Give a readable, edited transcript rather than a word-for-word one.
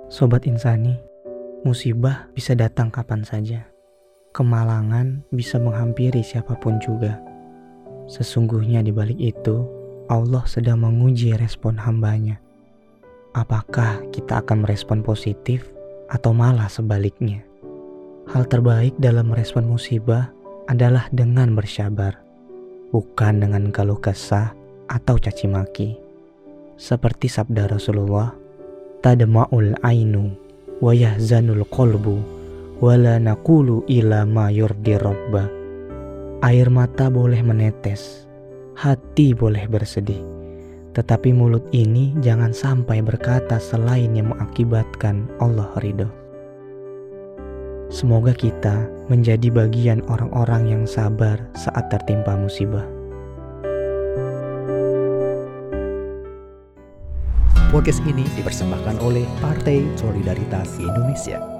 Sobat Insani, musibah bisa datang kapan saja. Kemalangan bisa menghampiri siapapun juga. Sesungguhnya di balik itu, Allah sedang menguji respon hambanya. Apakah kita akan merespon positif atau malah sebaliknya? Hal terbaik dalam merespon musibah adalah dengan bersabar, bukan dengan keluh kesah atau caci maki. Seperti sabda Rasulullah, tadma'ul ainu wa yahzanul qalbu wa la naqulu ila ma yurdi rabba. Air mata boleh menetes, hati boleh bersedih, tetapi mulut ini jangan sampai berkata selain yang mengakibatkan Allah ridho. Semoga kita menjadi bagian orang-orang yang sabar saat tertimpa musibah. Podcast ini dipersembahkan oleh Partai Solidaritas Indonesia.